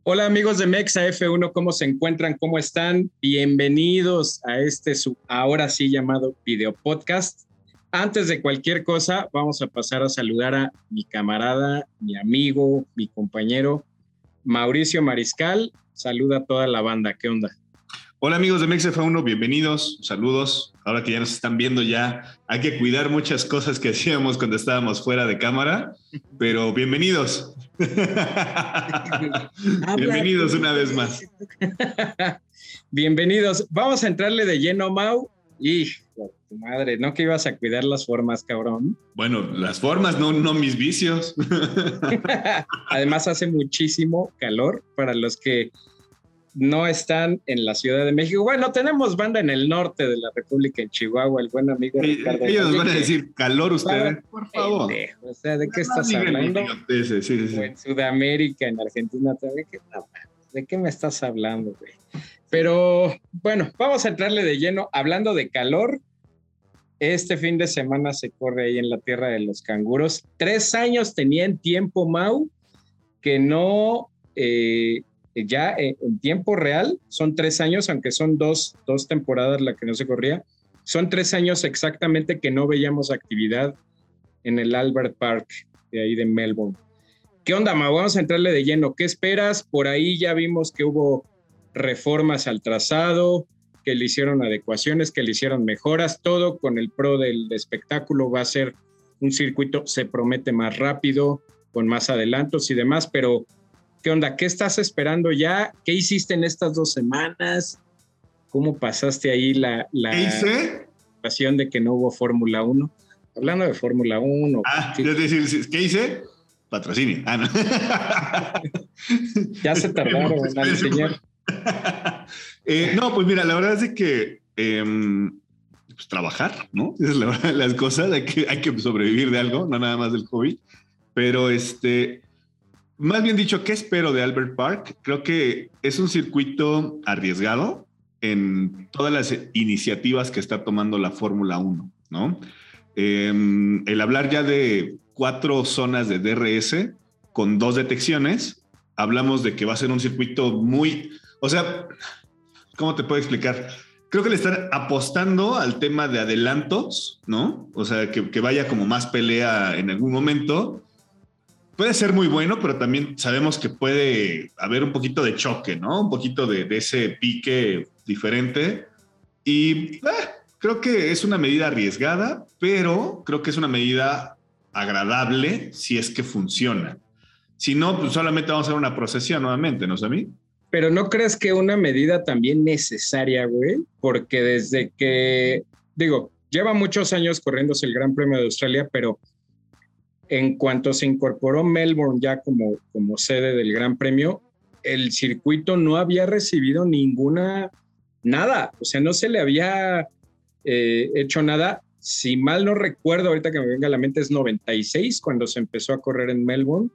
Hola amigos de Mexa F1, ¿cómo se encuentran? ¿Cómo están? Bienvenidos a su ahora sí llamado video podcast. Antes de cualquier cosa, vamos a pasar a saludar a mi camarada, mi amigo, mi compañero Mauricio Mariscal. Saluda a toda la banda, ¿qué onda? Hola amigos de MexF1, bienvenidos, saludos. Ahora que ya nos están viendo ya, hay que cuidar muchas cosas que hacíamos cuando estábamos fuera de cámara, pero bienvenidos. Bienvenidos una vez más. Bienvenidos. Vamos a entrarle de lleno, Mau. Hijo de madre, ¿no que ibas a cuidar las formas, cabrón? Bueno, las formas, no mis vicios. Además hace muchísimo calor para los que no están en la Ciudad de México. Bueno, tenemos banda en el norte de la República, en Chihuahua, el buen amigo Ricardo. Ellos nos van a decir calor ustedes, por favor. O sea, ¿de qué estás hablando? Sí. O en Sudamérica, en Argentina también. ¿De qué me estás hablando, güey? Pero bueno, vamos a entrarle de lleno. Hablando de calor, este fin de semana se corre ahí en la tierra de los canguros. 3 años tenía en tiempo, Mau, que no... ya en tiempo real son 3 años, aunque son dos temporadas la que no se corría, son 3 años exactamente que no veíamos actividad en el Albert Park de ahí de Melbourne. ¿Qué onda, Ma? Vamos a entrarle de lleno. ¿Qué esperas? Por ahí ya vimos que hubo reformas al trazado, que le hicieron adecuaciones, que le hicieron mejoras, todo con el pro del espectáculo. Va a ser un circuito, se promete más rápido, con más adelantos y demás, pero ¿qué onda? ¿Qué estás esperando ya? ¿Qué hiciste en estas 2 semanas? ¿Cómo pasaste ahí la situación de que no hubo Fórmula 1? Hablando de Fórmula 1. Yo te decir, ¿qué hice? Patrocinio. No. Ya se tardaron en enseñar. No, pues mira, la verdad es de que pues trabajar, ¿no? Esa es la verdad de las cosas. Hay que sobrevivir de algo, no nada más del COVID. Pero más bien dicho, ¿qué espero de Albert Park? Creo que es un circuito arriesgado en todas las iniciativas que está tomando la Fórmula 1, ¿no? El hablar ya de 4 zonas de DRS con 2 detecciones, hablamos de que va a ser un circuito muy... O sea, ¿cómo te puedo explicar? Creo que le están apostando al tema de adelantos, ¿no? O sea, que vaya como más pelea en algún momento. Puede ser muy bueno, pero también sabemos que puede haber un poquito de choque, ¿no? Un poquito de ese pique diferente. Y creo que es una medida arriesgada, pero creo que es una medida agradable si es que funciona. Si no, pues solamente vamos a hacer una procesión nuevamente, ¿no, Sammy? Pero ¿no crees que una medida también necesaria, güey? Porque desde que, lleva muchos años corriéndose el Gran Premio de Australia, pero en cuanto se incorporó Melbourne ya como sede del Gran Premio, el circuito no había recibido nada, o sea, no se le había hecho nada. Si mal no recuerdo, ahorita que me venga a la mente, es 96 cuando se empezó a correr en Melbourne,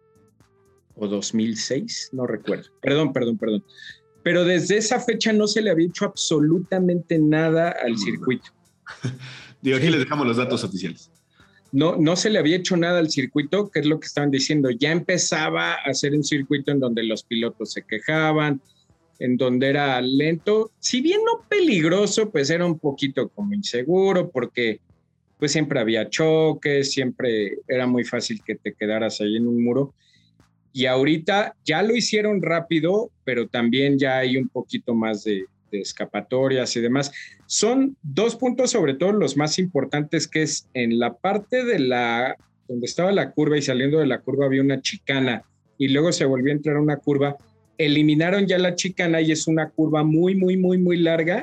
o 2006, no recuerdo. Perdón. Pero desde esa fecha no se le había hecho absolutamente nada al circuito. Aquí les dejamos los datos oficiales. No se le había hecho nada al circuito, que es lo que estaban diciendo. Ya empezaba a ser un circuito en donde los pilotos se quejaban, en donde era lento. Si bien no peligroso, pues era un poquito como inseguro, porque pues siempre había choques, siempre era muy fácil que te quedaras ahí en un muro. Y ahorita ya lo hicieron rápido, pero también ya hay un poquito más de escapatorias y demás. Son 2 puntos, sobre todo los más importantes, que es en la parte de donde estaba la curva y saliendo de la curva había una chicana y luego se volvió a entrar una curva. Eliminaron ya la chicana y es una curva muy, muy, muy, muy larga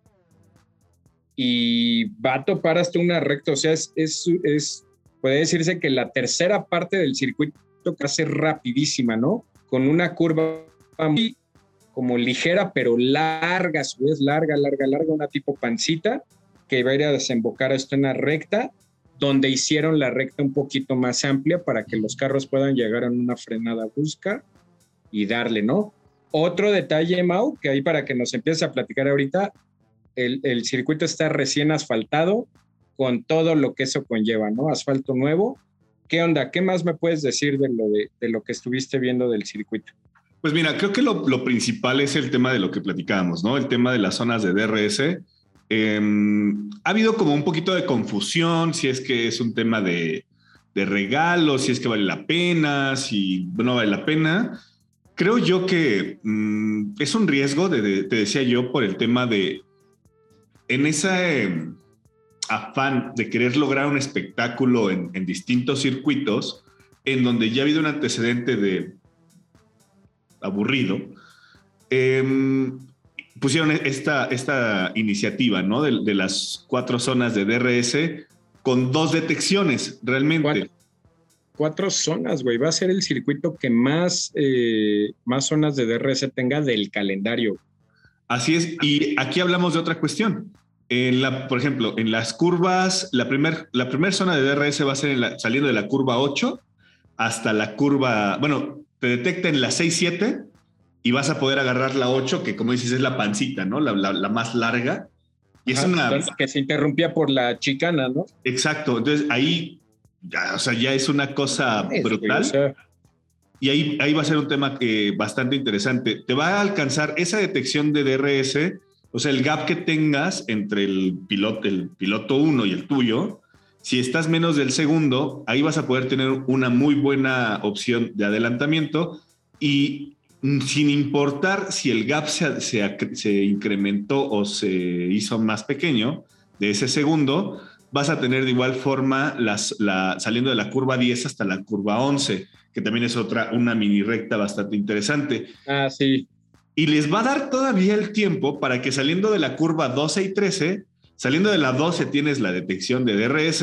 y va a topar hasta una recta. O sea, puede decirse que la tercera parte del circuito que hace rapidísima, ¿no? Con una curva muy como ligera, pero larga, a su vez larga, una tipo pancita, que iba a ir a desembocar esto en una recta, donde hicieron la recta un poquito más amplia para que los carros puedan llegar a una frenada brusca y darle, ¿no? Otro detalle, Mau, que ahí para que nos empieces a platicar ahorita, el circuito está recién asfaltado, con todo lo que eso conlleva, ¿no? Asfalto nuevo. ¿Qué onda? ¿Qué más me puedes decir de lo que estuviste viendo del circuito? Pues mira, creo que lo principal es el tema de lo que platicábamos, ¿no? El tema de las zonas de DRS. Ha habido como un poquito de confusión, si es que es un tema de regalo, si es que vale la pena, si no vale la pena. Creo yo que es un riesgo, te decía yo, por el tema de, en ese afán de querer lograr un espectáculo en distintos circuitos, en donde ya ha habido un antecedente de aburrido, pusieron esta iniciativa, ¿no? De las 4 zonas de DRS con 2 detecciones, realmente. 4 zonas, güey. Va a ser el circuito que más zonas de DRS tenga del calendario. Así es. Y aquí hablamos de otra cuestión. Por ejemplo, en las curvas, la primer zona de DRS va a ser saliendo de la curva 8 hasta la curva, bueno, te detecta en la 6-7 y vas a poder agarrar la 8, que como dices es la pancita, ¿no? La más larga. Y es que se interrumpía por la chicana, ¿no? Exacto. Entonces ahí, ya es una cosa brutal. O sea, y ahí va a ser un tema bastante interesante. Te va a alcanzar esa detección de DRS, o sea, el gap que tengas entre el piloto 1 y el tuyo. Si estás menos del segundo, ahí vas a poder tener una muy buena opción de adelantamiento y sin importar si el gap se incrementó o se hizo más pequeño de ese segundo, vas a tener de igual forma saliendo de la curva 10 hasta la curva 11, que también es una mini recta bastante interesante. Ah, sí. Y les va a dar todavía el tiempo para que saliendo de la curva 12 y 13, saliendo de la 12 tienes la detección de DRS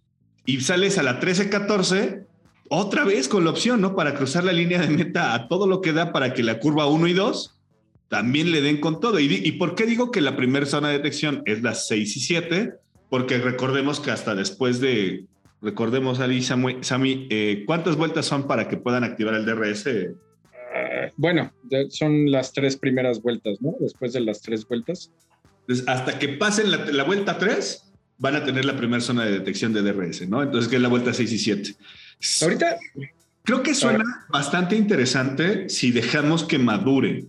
y sales a la 13-14, otra vez con la opción, ¿no? Para cruzar la línea de meta a todo lo que da para que la curva 1 y 2 también le den con todo. ¿Y por qué digo que la primera zona de detección es las 6 y 7? Porque recordemos que hasta después recordemos Ali, Sammy, ¿cuántas vueltas son para que puedan activar el DRS? Bueno, son las 3 primeras vueltas, ¿no? Después de las 3 vueltas. Entonces, hasta que pasen la vuelta 3, van a tener la primera zona de detección de DRS, ¿no? Entonces, que es la vuelta 6 y 7. Ahorita. Creo que suena bastante interesante si dejamos que madure.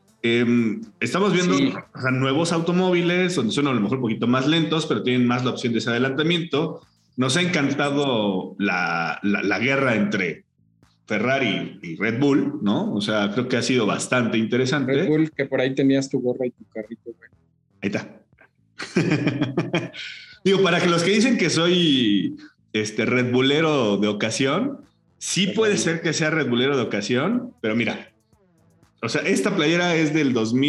Estamos viendo nuevos automóviles donde son a lo mejor un poquito más lentos, pero tienen más la opción de ese adelantamiento. Nos ha encantado la guerra entre Ferrari y Red Bull, ¿no? O sea, creo que ha sido bastante interesante. Red Bull, que por ahí tenías tu gorra y tu carrito, güey. Ahí está. Digo, para que los que dicen que soy Red Bullero de ocasión, sí puede ser que sea Red Bullero de ocasión, pero mira, o sea, esta playera es del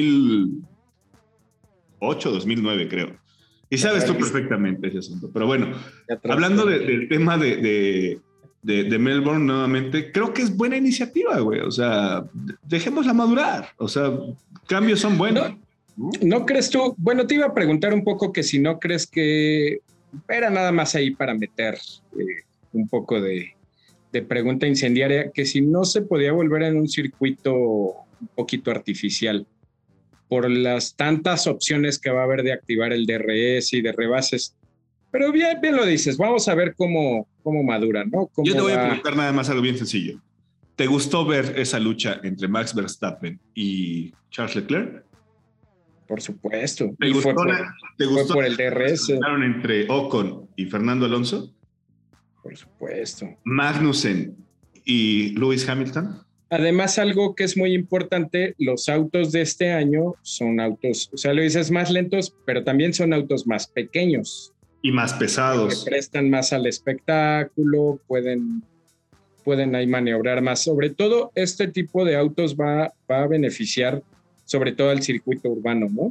2008, 2009, creo. Y sabes tú perfectamente ese asunto. Pero bueno, hablando del tema de Melbourne nuevamente, creo que es buena iniciativa, güey. O sea, dejémosla madurar. O sea, cambios son buenos. ¿No crees tú? Bueno, te iba a preguntar un poco que si no crees que era nada más ahí para meter un poco de pregunta incendiaria, que si no se podía volver en un circuito un poquito artificial por las tantas opciones que va a haber de activar el DRS y de rebases. Pero bien lo dices, vamos a ver cómo madura, ¿no? Yo te voy a preguntar nada más algo bien sencillo. ¿Te gustó ver esa lucha entre Max Verstappen y Charles Leclerc? Por supuesto. ¿Te gustó por el DRS? ¿Entre Ocon y Fernando Alonso? Por supuesto. ¿Magnussen y Lewis Hamilton? Además, algo que es muy importante, los autos de este año son autos, o sea, lo dices más lentos, pero también son autos más pequeños. Y más pesados. Que prestan más al espectáculo, pueden ahí maniobrar más. Sobre todo, este tipo de autos va a beneficiar sobre todo al circuito urbano, ¿no?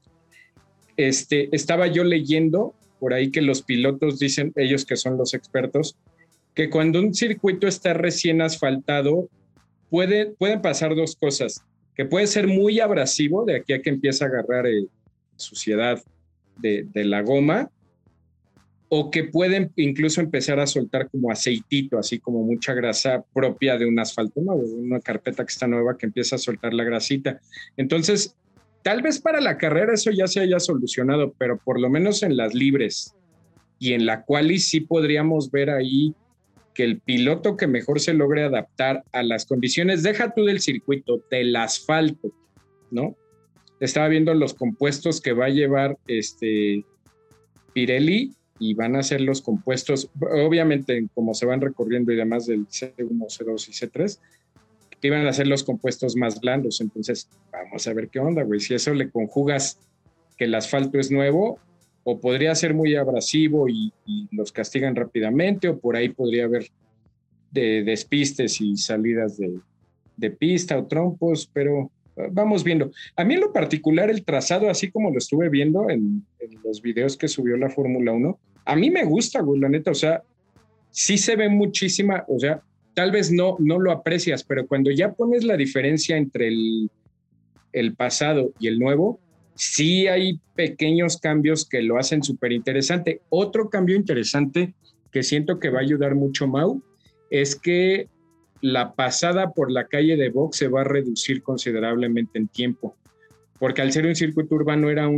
Estaba yo leyendo por ahí que los pilotos dicen, ellos que son los expertos, que cuando un circuito está recién asfaltado, pueden pasar 2 cosas, que puede ser muy abrasivo de aquí a que empieza a agarrar suciedad de la goma, o que pueden incluso empezar a soltar como aceitito, así como mucha grasa propia de un asfalto nuevo, una carpeta que está nueva que empieza a soltar la grasita. Entonces, tal vez para la carrera eso ya se haya solucionado, pero por lo menos en las libres y en la quali sí podríamos ver ahí que el piloto que mejor se logre adaptar a las condiciones, deja tú del circuito, del asfalto, ¿no? Estaba viendo los compuestos que va a llevar Pirelli y van a ser los compuestos, obviamente como se van recorriendo y demás del C1, C2 y C3, que iban a ser los compuestos más blandos. Entonces, vamos a ver qué onda, güey. Si eso le conjugas que el asfalto es nuevo, o podría ser muy abrasivo y los castigan rápidamente, o por ahí podría haber despistes y salidas de pista o trompos, pero vamos viendo. A mí en lo particular el trazado, así como lo estuve viendo en los videos que subió la Fórmula 1, a mí me gusta, güey, la neta. O sea, sí se ve muchísima, o sea, tal vez no lo aprecias, pero cuando ya pones la diferencia entre el pasado y el nuevo, sí hay pequeños cambios que lo hacen súper interesante. Otro cambio interesante que siento que va a ayudar mucho, Mau, es que la pasada por la calle de box se va a reducir considerablemente en tiempo, porque al ser un circuito urbano era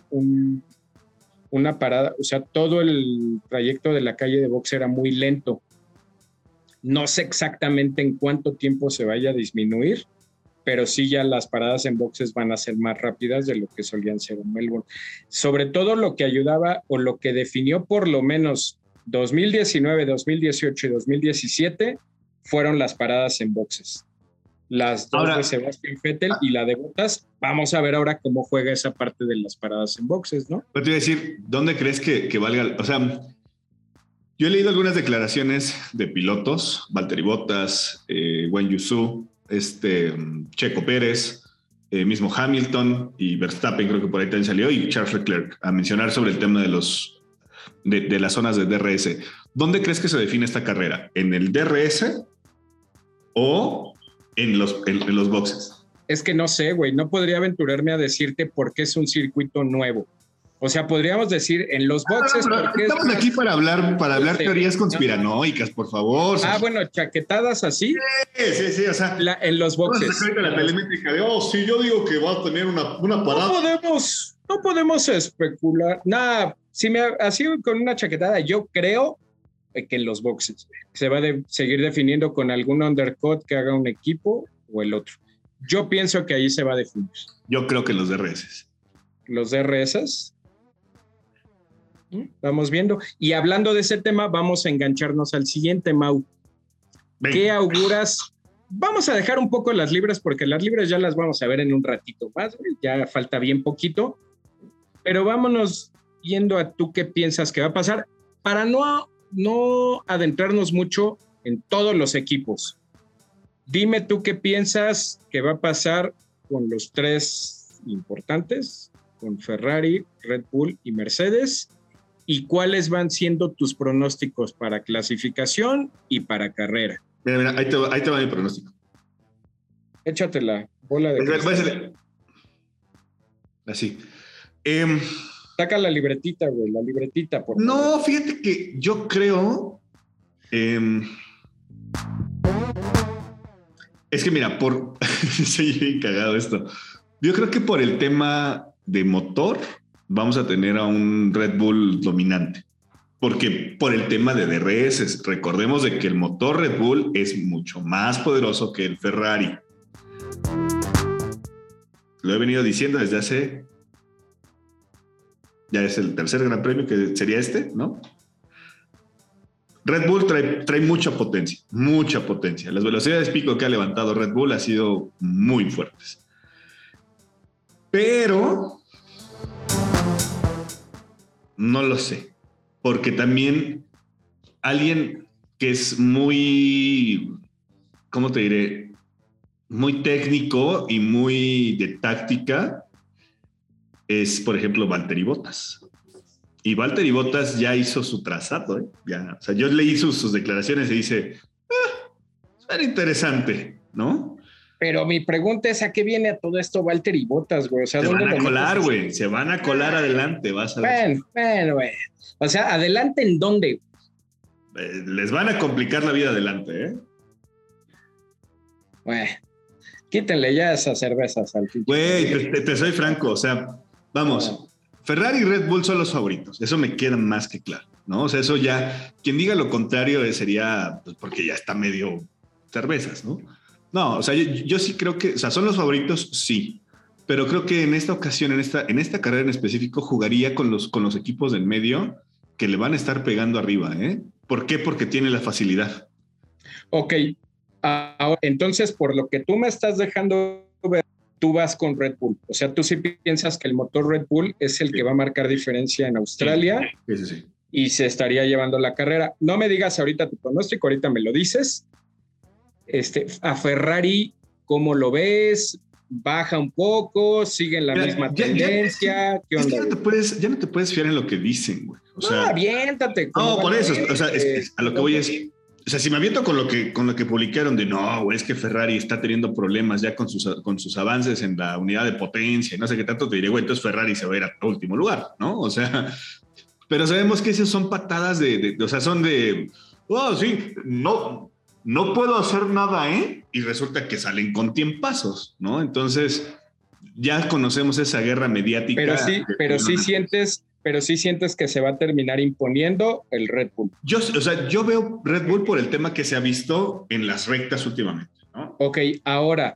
una parada, o sea, todo el trayecto de la calle de box era muy lento. No sé exactamente en cuánto tiempo se vaya a disminuir, pero sí ya las paradas en boxes van a ser más rápidas de lo que solían ser en Melbourne. Sobre todo lo que ayudaba o lo que definió por lo menos 2019, 2018 y 2017 fueron las paradas en boxes. Las dos de Sebastian Vettel y la de Bottas. Vamos a ver ahora cómo juega esa parte de las paradas en boxes, ¿no? Pero te iba a decir, ¿dónde crees que valga? O sea, yo he leído algunas declaraciones de pilotos, Valtteri Bottas, Wen Yusu, Checo Pérez, mismo Hamilton y Verstappen, creo que por ahí también salió, y Charles Leclerc, a mencionar sobre el tema de las zonas de DRS. ¿Dónde crees que se define esta carrera? ¿En el DRS o en los boxes? Es que no sé, güey, no podría aventurarme a decirte por qué es un circuito nuevo. O sea, podríamos decir en los boxes. Porque estamos aquí para hablar teorías conspiranoicas, por favor. Bueno, chaquetadas así. Sí, o sea. En los boxes. La telemétrica de, sí, yo digo que va a tener una parada. No podemos especular. Nada, así con una chaquetada, yo creo que en los boxes se va a seguir definiendo con algún undercut que haga un equipo o el otro. Yo pienso que ahí se va a definir. Yo creo que los DRS. Los DRS. Vamos viendo. Y hablando de ese tema, vamos a engancharnos al siguiente, Mau. Ven. ¿Qué auguras? Vamos a dejar un poco las libres, porque las libres ya las vamos a ver en un ratito más, ya falta bien poquito, pero vámonos yendo a tú qué piensas que va a pasar, para no adentrarnos mucho en todos los equipos. Dime tú qué piensas que va a pasar con los tres importantes, con Ferrari, Red Bull y Mercedes, y cuáles van siendo tus pronósticos para clasificación y para carrera. Mira, ahí te va mi pronóstico. Échate la bola de cristal. Así. Saca la libretita, güey, la libretita. Por no, favor. Fíjate que yo creo... es que mira, soy bien cagado esto. Yo creo que por el tema de motor vamos a tener a un Red Bull dominante. Porque por el tema de DRS, recordemos de que el motor Red Bull es mucho más poderoso que el Ferrari. Lo he venido diciendo desde hace... Ya es el tercer gran premio, que sería ¿no? Red Bull trae mucha potencia, mucha potencia. Las velocidades pico que ha levantado Red Bull han sido muy fuertes. Pero no lo sé, porque también alguien que es muy, ¿cómo te diré? Muy técnico y muy de táctica es, por ejemplo, Valtteri Bottas. Y Valtteri Bottas ya hizo su trazado, ¿eh? Ya, o sea, yo leí sus declaraciones y dice, suena interesante, ¿no? Pero mi pregunta es, ¿a qué viene a todo esto Valtteri Bottas, güey? O sea, se van a colar, güey. Se van a colar adelante, vas a ver. Bueno, güey. O sea, ¿adelante en dónde? Les van a complicar la vida adelante, ¿eh? Bueno, quítenle ya esas cervezas al pinche. Güey, te soy franco, o sea, vamos, Ferrari y Red Bull son los favoritos, eso me queda más que claro. ¿no? O sea, eso ya, quien diga lo contrario sería pues, porque ya está medio cervezas, ¿no? No, o sea, yo sí creo que, o sea, son los favoritos, sí, pero creo que en esta ocasión, en esta carrera en específico, jugaría con los equipos del medio que le van a estar pegando arriba, ¿eh? ¿Por qué? Porque tiene la facilidad. Ok, ahora, entonces, por lo que tú me estás dejando ver, tú vas con Red Bull. O sea, tú sí piensas que el motor Red Bull es el que va a marcar diferencia en Australia Sí. Y se estaría llevando la carrera. No me digas ahorita tu pronóstico, ahorita me lo dices. A Ferrari, ¿cómo lo ves? ¿Baja un poco? ¿Sigue en la misma tendencia? ¿Qué onda? Ya no te puedes fiar en lo que dicen, güey. O sea, aviéntate. No, por eso. O sea, a lo que voy es... O sea, si me aviento con lo que publicaron de no, güey, es que Ferrari está teniendo problemas ya con sus avances en la unidad de potencia y no sé qué tanto, te diré, güey, entonces Ferrari se va a ir a último lugar, ¿no? O sea, pero sabemos que esas son patadas o sea, son de, oh, sí, no puedo hacer nada, ¿eh? Y resulta que salen con tiempazos, ¿no? Entonces, ya conocemos esa guerra mediática. Pero sí sientes que se va a terminar imponiendo el Red Bull. Yo veo Red Bull por el tema que se ha visto en las rectas últimamente, ¿no? Ok, ahora,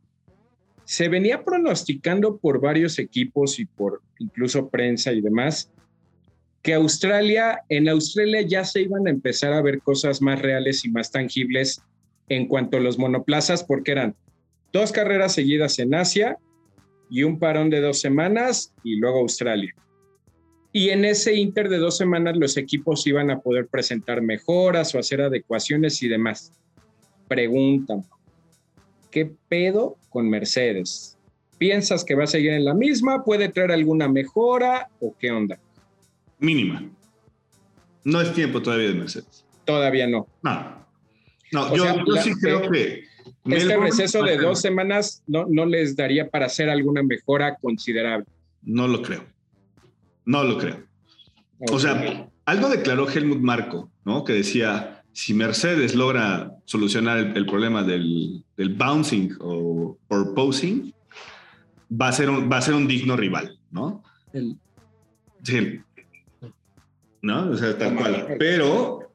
se venía pronosticando por varios equipos y por incluso prensa y demás, que en Australia ya se iban a empezar a ver cosas más reales y más tangibles en cuanto a los monoplazas, porque eran 2 carreras seguidas en Asia y un parón de 2 semanas y luego Australia. Y en ese inter de 2 semanas los equipos iban a poder presentar mejoras o hacer adecuaciones y demás. Preguntan, ¿qué pedo con Mercedes? ¿Piensas que va a seguir en la misma? ¿Puede traer alguna mejora o qué onda? Mínima. No es tiempo todavía de Mercedes. Todavía no. No, yo sí creo que... Este receso de 2 semanas no les daría para hacer alguna mejora considerable. No lo creo. Okay. O sea, algo declaró Helmut Marko, ¿no? Que decía, si Mercedes logra solucionar el problema del bouncing o posing, va a ser un digno rival, ¿no? Sí. ¿No? O sea, tal cual. Pero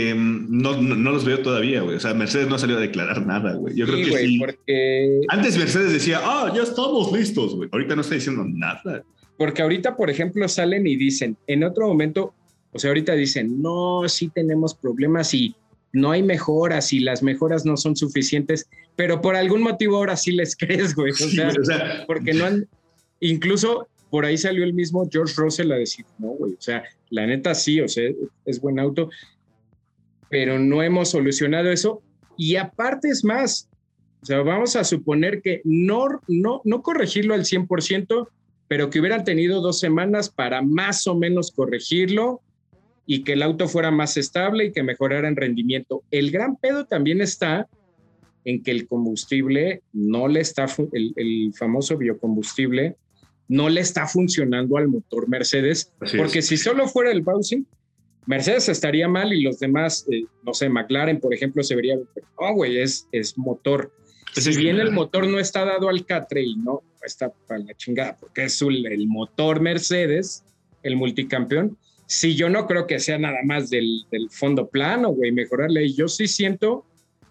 no los veo todavía, güey. O sea, Mercedes no ha salido a declarar nada, güey. Yo creo que sí. Porque... Antes Mercedes decía, ya estamos listos, güey. Ahorita no está diciendo nada. Porque ahorita, por ejemplo, salen y dicen, en otro momento, o sea, ahorita dicen, no, sí tenemos problemas y no hay mejoras y las mejoras no son suficientes, pero por algún motivo ahora sí les crees, güey. O sea, porque no han, incluso por ahí salió el mismo George Russell a decir, no, güey, o sea, la neta sí, o sea, es buen auto, pero no hemos solucionado eso. Y aparte es más, o sea, vamos a suponer que no corregirlo al 100%, pero que hubieran tenido 2 semanas para más o menos corregirlo y que el auto fuera más estable y que mejorara en rendimiento. El gran pedo también está en que el combustible no le está, el famoso biocombustible, no le está funcionando al motor Mercedes, porque si solo fuera el bouncing, Mercedes estaría mal y los demás, no sé, McLaren, por ejemplo, se vería, no, güey, es motor. Si bien el motor no está dado al catre y no está para la chingada, porque es el motor Mercedes, el multicampeón, sí, yo no creo que sea nada más del fondo plano, güey, mejorarle. Yo sí siento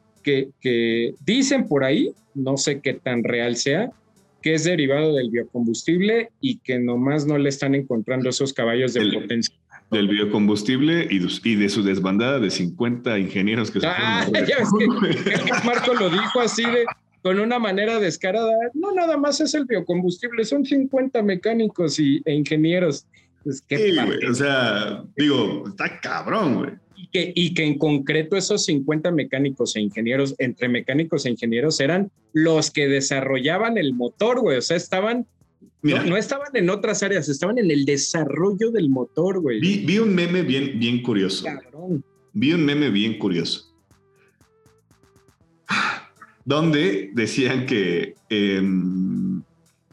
que dicen por ahí, no sé qué tan real sea, que es derivado del biocombustible y que nomás no le están encontrando esos caballos de potencia. Del biocombustible y de su desbandada de 50 ingenieros que se fueron. Ya ves que Marco lo dijo así con una manera descarada. No, nada más es el biocombustible, son 50 mecánicos e ingenieros. Pues, sí, güey, o sea, digo, está cabrón, güey. Y que en concreto esos 50 mecánicos e ingenieros, entre mecánicos e ingenieros, eran los que desarrollaban el motor, güey. O sea, estaban... No estaban en otras áreas, estaban en el desarrollo del motor, güey. Vi un meme bien curioso. Cabrón. Vi un meme bien curioso. Donde decían que... ¿quién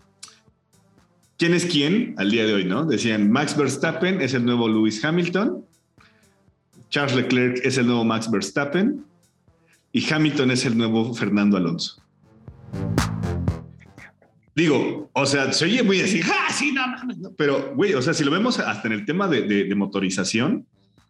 es quién al día de hoy, no? Decían, Max Verstappen es el nuevo Lewis Hamilton, Charles Leclerc es el nuevo Max Verstappen y Hamilton es el nuevo Fernando Alonso. Digo, o sea, se oye muy así, sí, no mames, no. Pero, güey, o sea, si lo vemos hasta en el tema de motorización,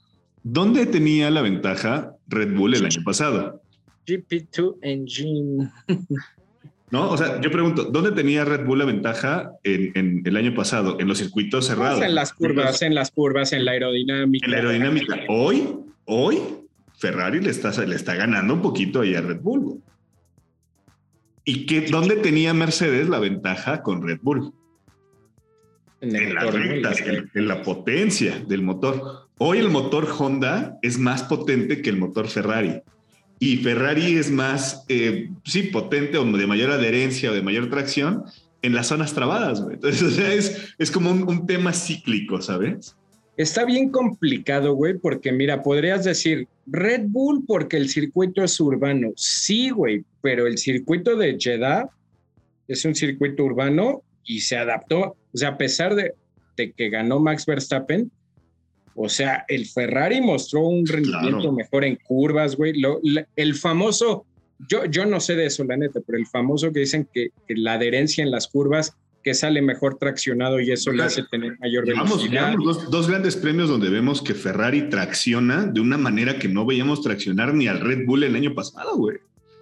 ¿Dónde tenía la ventaja Red Bull el año pasado? GP2 Engine. ¿No? O sea, yo pregunto, ¿dónde tenía Red Bull la ventaja en el año pasado? En los circuitos cerrados. Pues en las curvas, en la aerodinámica. En la aerodinámica. Hoy, Ferrari le está ganando un poquito ahí a Red Bull. ¿Y dónde tenía Mercedes la ventaja con Red Bull? En las rectas, en la potencia del motor. Hoy el motor Honda es más potente que el motor Ferrari. Y Ferrari es más, potente o de mayor adherencia o de mayor tracción en las zonas trabadas, güey. Entonces, o sea, es como un tema cíclico, ¿sabes? Está bien complicado, güey, porque mira, podrías decir Red Bull porque el circuito es urbano. Sí, güey, pero el circuito de Jeddah es un circuito urbano y se adaptó. O sea, a pesar de que ganó Max Verstappen, o sea, el Ferrari mostró un rendimiento mejor en curvas, güey. El famoso, yo no sé de eso, la neta, pero el famoso que dicen que la adherencia en las curvas, que sale mejor traccionado y eso le hace tener mayor velocidad. Llevamos dos grandes premios donde vemos que Ferrari tracciona de una manera que no veíamos traccionar ni al Red Bull el año pasado, güey.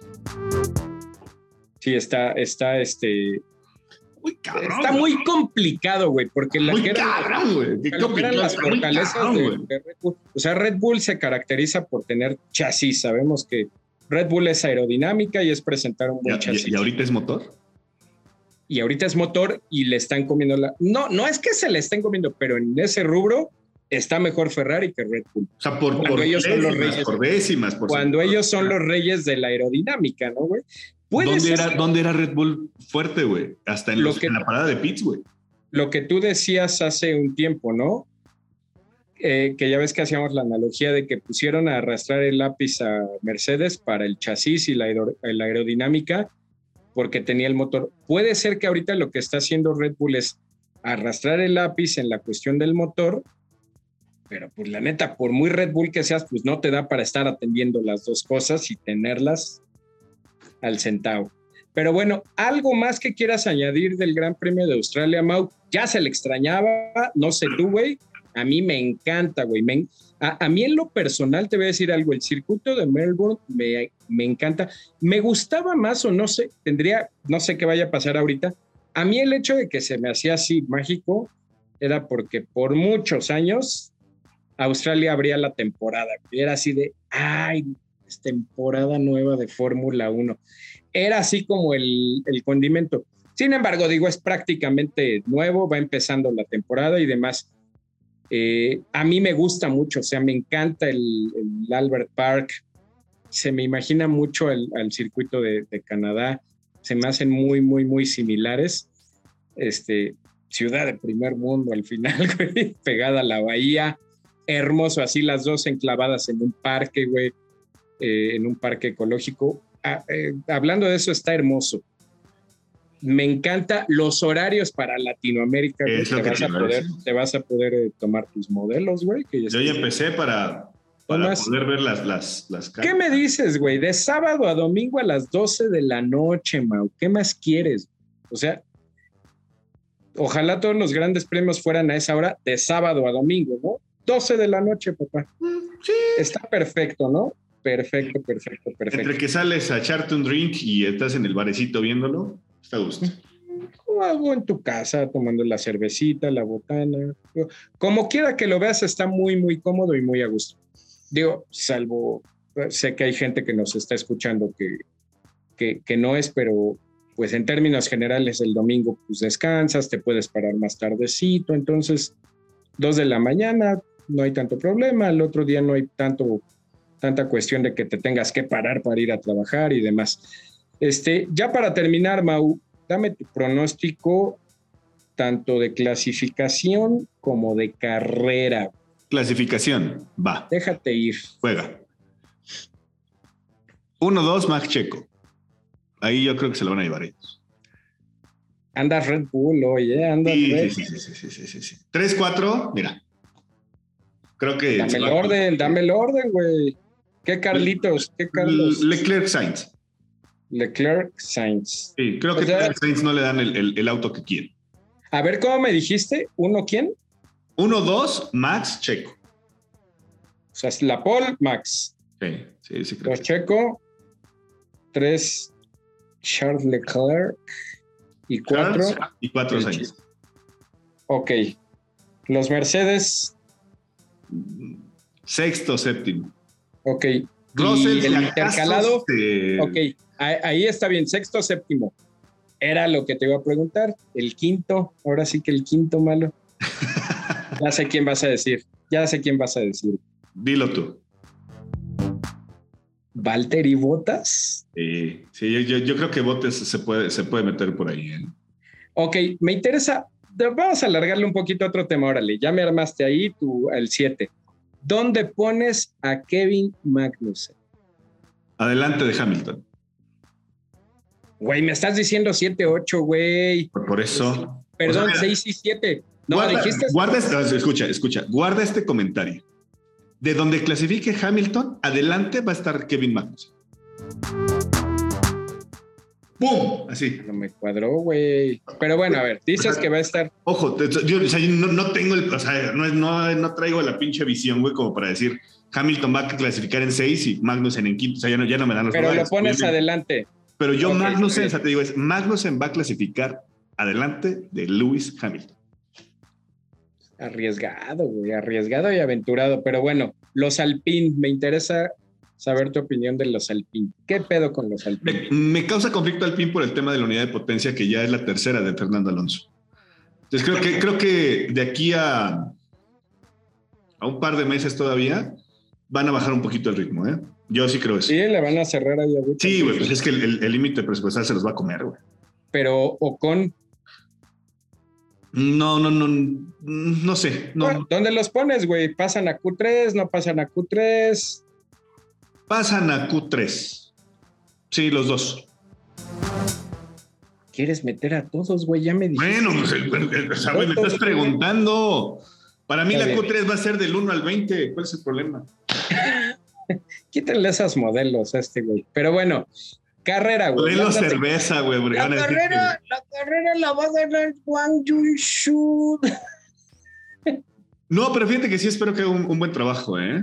Sí, está muy cabrón. Está muy complicado, güey, porque lo que eran las fortalezas de Red Bull. O sea, Red Bull se caracteriza por tener chasis. Sabemos que Red Bull es aerodinámica y es presentar un buen chasis. ¿Y ahorita es motor? Y ahorita es motor y le están comiendo No es que se le estén comiendo, pero en ese rubro está mejor Ferrari que Red Bull. O sea, por décimas. Cuando ellos son los reyes de la aerodinámica, ¿no, güey? ¿Dónde era Red Bull fuerte, güey? Hasta en la parada de pits, güey. Lo que tú decías hace un tiempo, ¿no? Que ya ves que hacíamos la analogía de que pusieron a arrastrar el lápiz a Mercedes para el chasis y la aerodinámica porque tenía el motor. Puede ser que ahorita lo que está haciendo Red Bull es arrastrar el lápiz en la cuestión del motor, pero pues la neta, por muy Red Bull que seas, pues no te da para estar atendiendo las dos cosas y tenerlas al centavo. Pero bueno, algo más que quieras añadir del Gran Premio de Australia, Mau. Ya se le extrañaba, no sé tú, güey. A mí me encanta, güey. A mí en lo personal te voy a decir algo. El circuito de Melbourne me encanta. Me gustaba más o no sé, no sé qué vaya a pasar ahorita. A mí el hecho de que se me hacía así mágico era porque por muchos años Australia abría la temporada. Era así de, es temporada nueva de Fórmula 1. Era así como el condimento. Sin embargo, digo, es prácticamente nuevo, va empezando la temporada y demás. A mí me gusta mucho, o sea, me encanta el Albert Park. Se me imagina mucho al circuito de Canadá. Se me hacen muy, muy, muy similares. Ciudad de primer mundo al final, güey, pegada a la bahía. Hermoso, así las dos enclavadas en un parque, güey, en un parque ecológico. Hablando de eso, está hermoso. Me encanta los horarios para Latinoamérica, güey. Te vas a poder tomar tus modelos, güey. Yo ya empecé para poder ver las ¿Qué me dices, güey? De sábado a domingo a las 12 de la noche, Mau. ¿Qué más quieres? O sea, ojalá todos los grandes premios fueran a esa hora, de sábado a domingo, ¿no? 12 de la noche, papá. Sí. Está perfecto, ¿no? Perfecto. Entre que sales a echarte un drink y estás en el barecito viéndolo, está a gusto. O en tu casa, tomando la cervecita, la botana. Como quiera que lo veas, está muy, muy cómodo y muy a gusto. Digo, salvo, sé que hay gente que nos está escuchando que no es, pero pues en términos generales el domingo pues descansas, te puedes parar más tardecito, entonces 2 de la mañana no hay tanto problema, al otro día no hay tanta cuestión de que te tengas que parar para ir a trabajar y demás. Ya para terminar, Mau, dame tu pronóstico tanto de clasificación como de carrera. Clasificación, va. Déjate ir. Juega. 1-2, Max Checo. Ahí yo creo que se lo van a llevar ellos. Andas Red Bull, oye, andas Red Bull. Sí. 3-4, mira. Creo que... Dame el orden, güey. ¿Qué Carlitos? ¿Qué Carlos? Leclerc Sainz. Sí, creo que Sainz no le dan el auto que quiere. A ver, ¿cómo me dijiste? ¿Uno quién? 1-2, Max Checo. sea, es la pole, Max. Sí, creo. 2 Checo, 3 Charles Leclerc y 4 Sainz. Ok. Los Mercedes. Sexto, séptimo. Ok. Russell, y el intercalado. de... Ok, ahí está bien, sexto, séptimo. Era lo que te iba a preguntar. El quinto, ahora sí que el quinto malo. Ya sé quién vas a decir. Dilo tú. ¿Valtteri Bottas? Sí, yo creo que Bottas se puede meter por ahí. Ok, me interesa. Vamos a alargarle un poquito a otro tema, órale. Ya me armaste ahí el 7. ¿Dónde pones a Kevin Magnussen? Adelante de Hamilton. Güey, me estás diciendo 7, 8, güey. Por eso. Perdón, 6 y 7. No, dijiste. Escucha. Guarda este comentario. De donde clasifique Hamilton, adelante va a estar Kevin Magnussen. ¡Pum! Así. No me cuadró, güey. Pero bueno, a ver, dices que va a estar. Ojo, yo no tengo no traigo la pinche visión, güey, como para decir Hamilton va a clasificar en 6 y Magnussen en quinto. O sea, ya no me dan los Pero lugares, lo pones adelante. Pero yo Magnussen, o sea, te digo, Magnussen va a clasificar adelante de Lewis Hamilton. Arriesgado, güey, arriesgado y aventurado. Pero bueno, los Alpine, me interesa saber tu opinión de los Alpine. ¿Qué pedo con los Alpine? Me causa conflicto Alpine por el tema de la unidad de potencia, que ya es la tercera de Fernando Alonso. Entonces creo que de aquí a un par de meses todavía van a bajar un poquito el ritmo, ¿eh? Yo sí creo eso. Sí, le van a cerrar ahí a Witt. Sí, güey, pues es que el límite presupuestal se los va a comer, güey. Pero Ocon. No sé. No. ¿Dónde los pones, güey? ¿Pasan a Q3? ¿No pasan a Q3? Pasan a Q3. Sí, los dos. ¿Quieres meter a todos, güey? Ya me dijiste. Bueno, pues, güey, me estás preguntando. Para mí la Q3 va a ser del 1 al 20. ¿Cuál es el problema? Quítenle esos modelos a este güey. Pero bueno, carrera, güey. Modelo cerveza, güey. La carrera la va a ganar Wang Yunshu. No, pero fíjate que sí espero que haga un buen trabajo, ¿eh?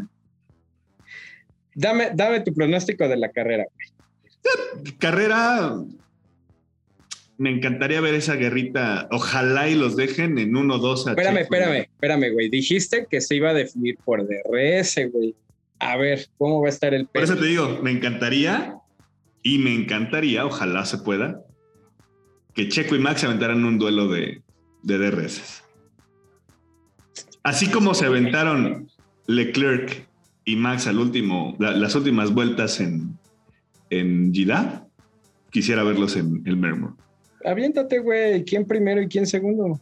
Dame tu pronóstico de la carrera, güey. Carrera, me encantaría ver esa guerrita. Ojalá y los dejen en 1-2. Espérame, güey. Dijiste que se iba a definir por DRS, güey. A ver, ¿cómo va a estar el peso? Por eso te digo, me encantaría, ojalá se pueda, que Checo y Max se aventaran un duelo de DRS. Así como se aventaron Leclerc y Max las últimas vueltas en Jeddah, quisiera verlos en el Mermor. Aviéntate, güey. ¿Quién primero y quién segundo?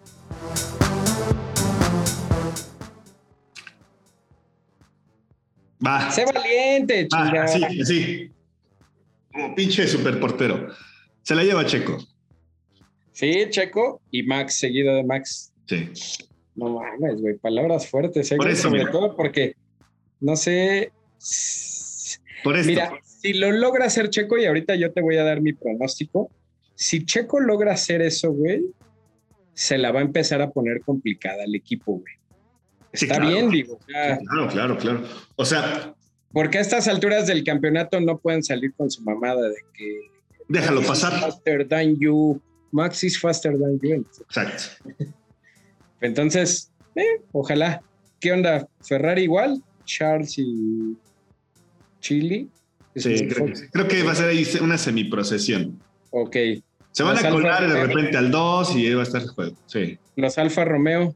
Va. Sé valiente, chingada. Sí. Como pinche superportero. Se la lleva Checo. Sí, Checo y Max, seguido de Max. Sí. No mames, güey. Palabras fuertes, ¿eh? Por eso, sobre mira. todo porque, no sé. Por esto. Mira, si lo logra hacer Checo, y ahorita yo te voy a dar mi pronóstico. Si Checo logra hacer eso, güey, se la va a empezar a poner complicada el equipo, güey. Está bien, digo. Claro. O sea, porque a estas alturas del campeonato no pueden salir con su mamada de que déjalo pasar. Faster than you. Max is faster than you. Exacto. Entonces, ojalá. ¿Qué onda? ¿Ferrari igual? ¿Charles y Chile? Sí, creo que va a ser ahí una semiprocesión. Ok. Se van a colar de repente al 2 y ahí va a estar el juego. Sí. Los Alfa Romeo.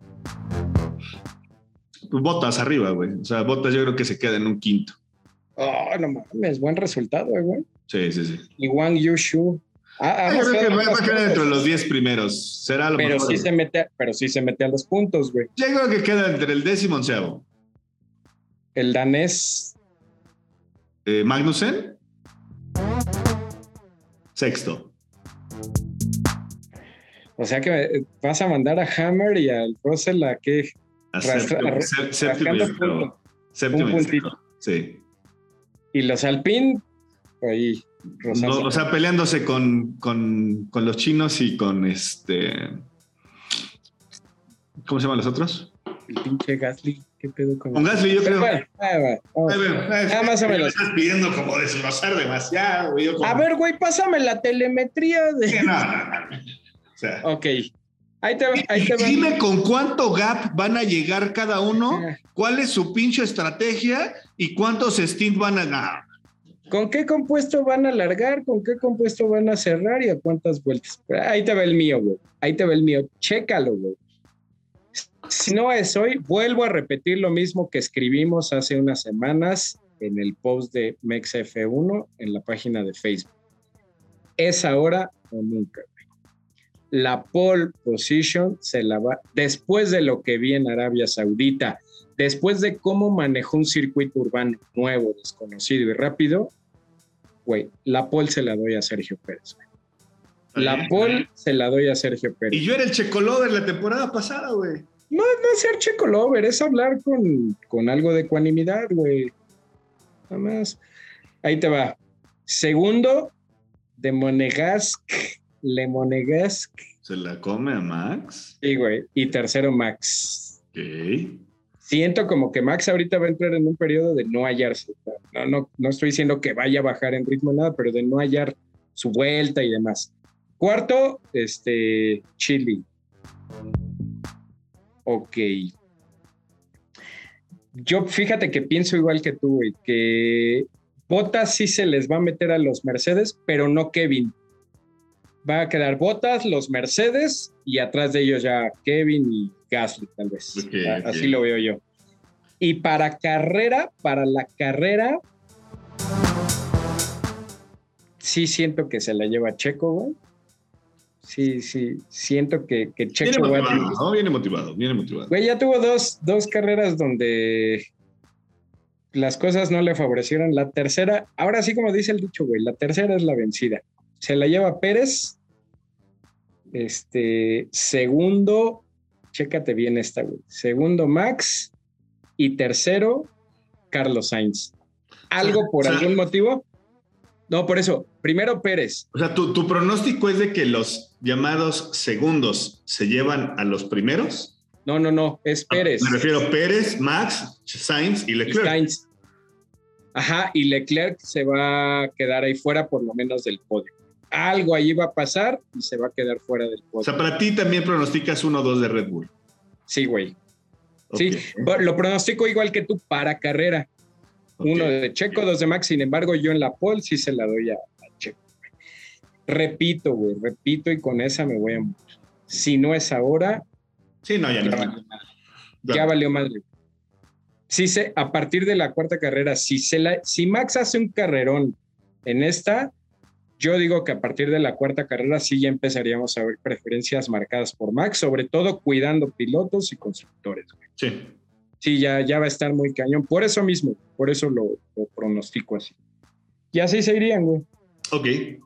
Bottas arriba, güey. O sea, Bottas yo creo que se queda en un quinto. Oh, no mames, buen resultado, güey. Sí. Y Wang Yushu. Yo creo que va a quedar entre los 10 primeros. Será lo mejor. Pero sí se mete a los puntos, güey. Yo creo que queda entre el 10º y 11º. El danés. Magnussen. 6º. O sea que vas a mandar a Hammer y al Russell a qué. Séptimo y puntito. Sí. Y los Alpine, ahí. No, o sea, peleándose con los chinos y con ¿cómo se llaman los otros? El pinche Gasly, ¿qué pedo con Gasly? Yo creo. Bueno, más o menos. Me estás pidiendo como desglosar demasiado, güey. A ver, güey, pásame la telemetría de... No. O sea... Ok. Ahí te va. Dime con cuánto gap van a llegar cada uno, cuál es su pinche estrategia y cuántos stints van a... Nah. ¿Con qué compuesto van a largar? ¿Con qué compuesto van a cerrar? ¿Y a cuántas vueltas? Ahí te va el mío, güey. Chécalo, güey. Si no es hoy, vuelvo a repetir lo mismo que escribimos hace unas semanas en el post de MexF1 en la página de Facebook. Es ahora o nunca. La pole position se la va, después de lo que vi en Arabia Saudita, después de cómo manejó un circuito urbano nuevo, desconocido y rápido, güey, la pole se la doy a Sergio Pérez. La pole se la doy a Sergio Pérez. Y yo era el Checo Lover la temporada pasada, güey. No es ser Checo Lover, es hablar con algo de ecuanimidad, güey. Nada más. Ahí te va. Segundo, de Le Monegasque. ¿Se la come a Max? Sí, güey. Y tercero, Max. Ok. Siento como que Max ahorita va a entrar en un periodo de no hallarse. No estoy diciendo que vaya a bajar en ritmo nada, pero de no hallar su vuelta y demás. Cuarto, Chile. Ok. Yo fíjate que pienso igual que tú, güey, que Bottas sí se les va a meter a los Mercedes, pero no Kevin. Va a quedar Bottas, los Mercedes y atrás de ellos ya Kevin y Gasly, tal vez. Así lo veo yo. Y para la carrera, sí siento que se la lleva Checo, güey. Sí, siento que Checo... Viene motivado. Güey, ya tuvo dos carreras donde las cosas no le favorecieron. La tercera, ahora sí como dice el dicho, güey, la tercera es la vencida. Se la lleva Pérez. Segundo, chécate bien esta, güey. Segundo, Max. Y tercero, Carlos Sainz. ¿Algo por algún motivo? No, por eso. Primero Pérez. O sea, ¿tu pronóstico es de que los llamados segundos se llevan a los primeros? No, es Pérez. Me refiero a Pérez, Max, Sainz y Leclerc. Sainz. Ajá, y Leclerc se va a quedar ahí fuera por lo menos del podio. Algo ahí va a pasar y se va a quedar fuera del podio. O sea, para ti también pronosticas 1-2 de Red Bull. Sí, güey. Okay. Sí, lo pronostico igual que tú para carrera. Okay. 1 de Checo, 2 de Max. Sin embargo, yo en la pole sí se la doy a Checo. Repito, y con esa me voy a morir. Si no es ahora... Sí, no, ya no. Ya valió madre. Sí, a partir de la cuarta carrera, si Max hace un carrerón en esta, yo digo que a partir de la cuarta carrera sí ya empezaríamos a ver preferencias marcadas por Max, sobre todo cuidando pilotos y constructores. Sí. Sí, ya va a estar muy cañón. Por eso mismo, por eso lo pronostico así. Y así se irían, güey. Ok.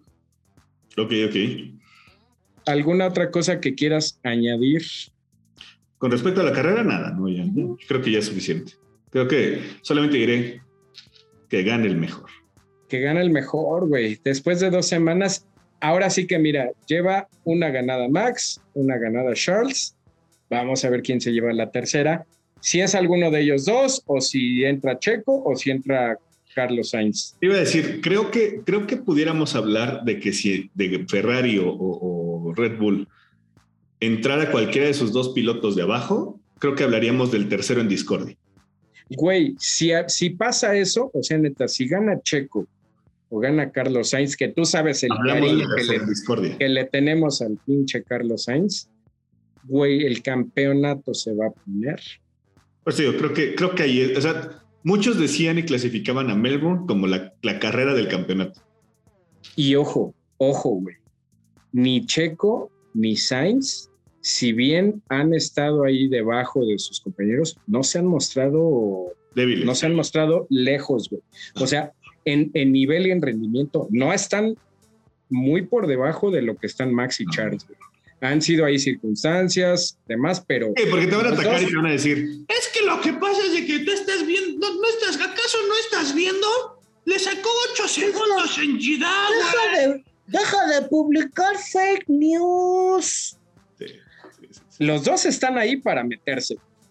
¿Alguna otra cosa que quieras añadir? Con respecto a la carrera, nada, no, ya, creo que ya es suficiente. Creo que solamente diré que gane el mejor. Que gane el mejor, güey. Después de 2 semanas, ahora sí que mira, lleva una ganada Max, una ganada Charles. Vamos a ver quién se lleva la tercera. Si es alguno de ellos dos, o si entra Checo, o si entra Carlos Sainz. Iba a decir, creo que pudiéramos hablar de que si de Ferrari o Red Bull entrara cualquiera de sus dos pilotos de abajo, creo que hablaríamos del tercero en discordia. Güey, si pasa eso, o sea, neta, si gana Checo o gana Carlos Sainz, que tú sabes el cariño que le tenemos al pinche Carlos Sainz, güey, el campeonato se va a poner. Pues sí, creo que ahí, o sea, muchos decían y clasificaban a Melbourne como la carrera del campeonato. Y ojo, güey, ni Checo ni Sainz, si bien han estado ahí debajo de sus compañeros, no se han mostrado débiles. No se han mostrado lejos, güey. O sea, en nivel y en rendimiento, no están muy por debajo de lo que están Max y Charles, güey. Han sido ahí circunstancias, demás, pero... Sí, porque te van a atacar y te van a decir, es que lo que pasa es de que tú estás viendo, ¿acaso no estás viendo? Le sacó 8 segundos en Jeddah. Deja de publicar fake news. Sí. Los dos están ahí para meterse.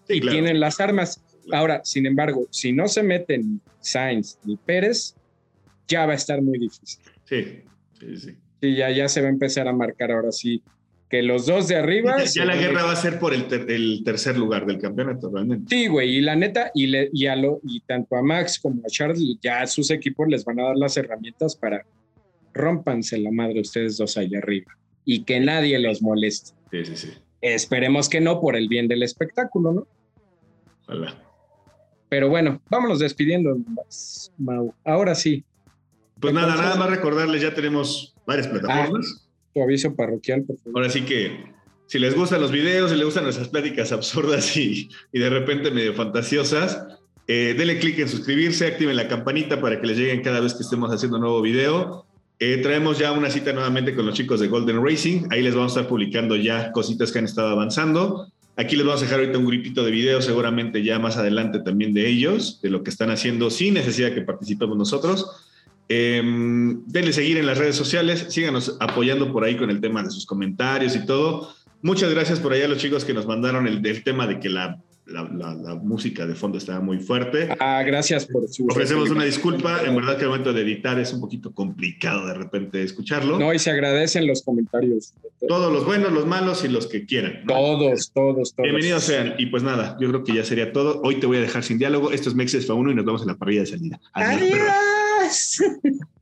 Sí, y claro. tienen las armas. Ahora, sin embargo, si no se meten Sainz ni Pérez, ya va a estar muy difícil. Sí, sí, sí. Sí, ya se va a empezar a marcar ahora sí que los dos de arriba. Ya la guerra va a ser por el tercer lugar del campeonato, realmente. Sí, güey, y la neta, y tanto a Max como a Charles, ya a sus equipos les van a dar las herramientas para rómpanse la madre ustedes dos allá arriba y que nadie los moleste. Sí, sí, sí. Esperemos que no, por el bien del espectáculo, ¿no? Ojalá. Pero bueno, vámonos despidiendo, Mau. Ahora sí. Pues nada más recordarles, ya tenemos varias plataformas. Tu aviso parroquial, por favor. Ahora sí que, si les gustan los videos, si les gustan nuestras pláticas absurdas y de repente medio fantasiosas, denle clic en suscribirse, activen la campanita para que les lleguen cada vez que estemos haciendo un nuevo video. Traemos ya una cita nuevamente con los chicos de Golden Racing. Ahí les vamos a estar publicando ya cositas que han estado avanzando. Aquí les vamos a dejar ahorita un grupito de videos, seguramente ya más adelante también de ellos, de lo que están haciendo sin necesidad de que participemos nosotros. Denle seguir en las redes sociales, síganos apoyando por ahí con el tema de sus comentarios y todo. Muchas gracias por allá a los chicos que nos mandaron el tema de que la música de fondo estaba muy fuerte. Gracias por su... Ofrecemos una disculpa, en verdad que el momento de editar es un poquito complicado de repente escucharlo. No, y se agradecen los comentarios. Todos los buenos, los malos y los que quieran, ¿no? Todos. Bienvenidos sean. Y pues nada, yo creo que ya sería todo. Hoy te voy a dejar sin diálogo. Esto es Mexes F1 y nos vemos en la parrilla de salida. Adiós.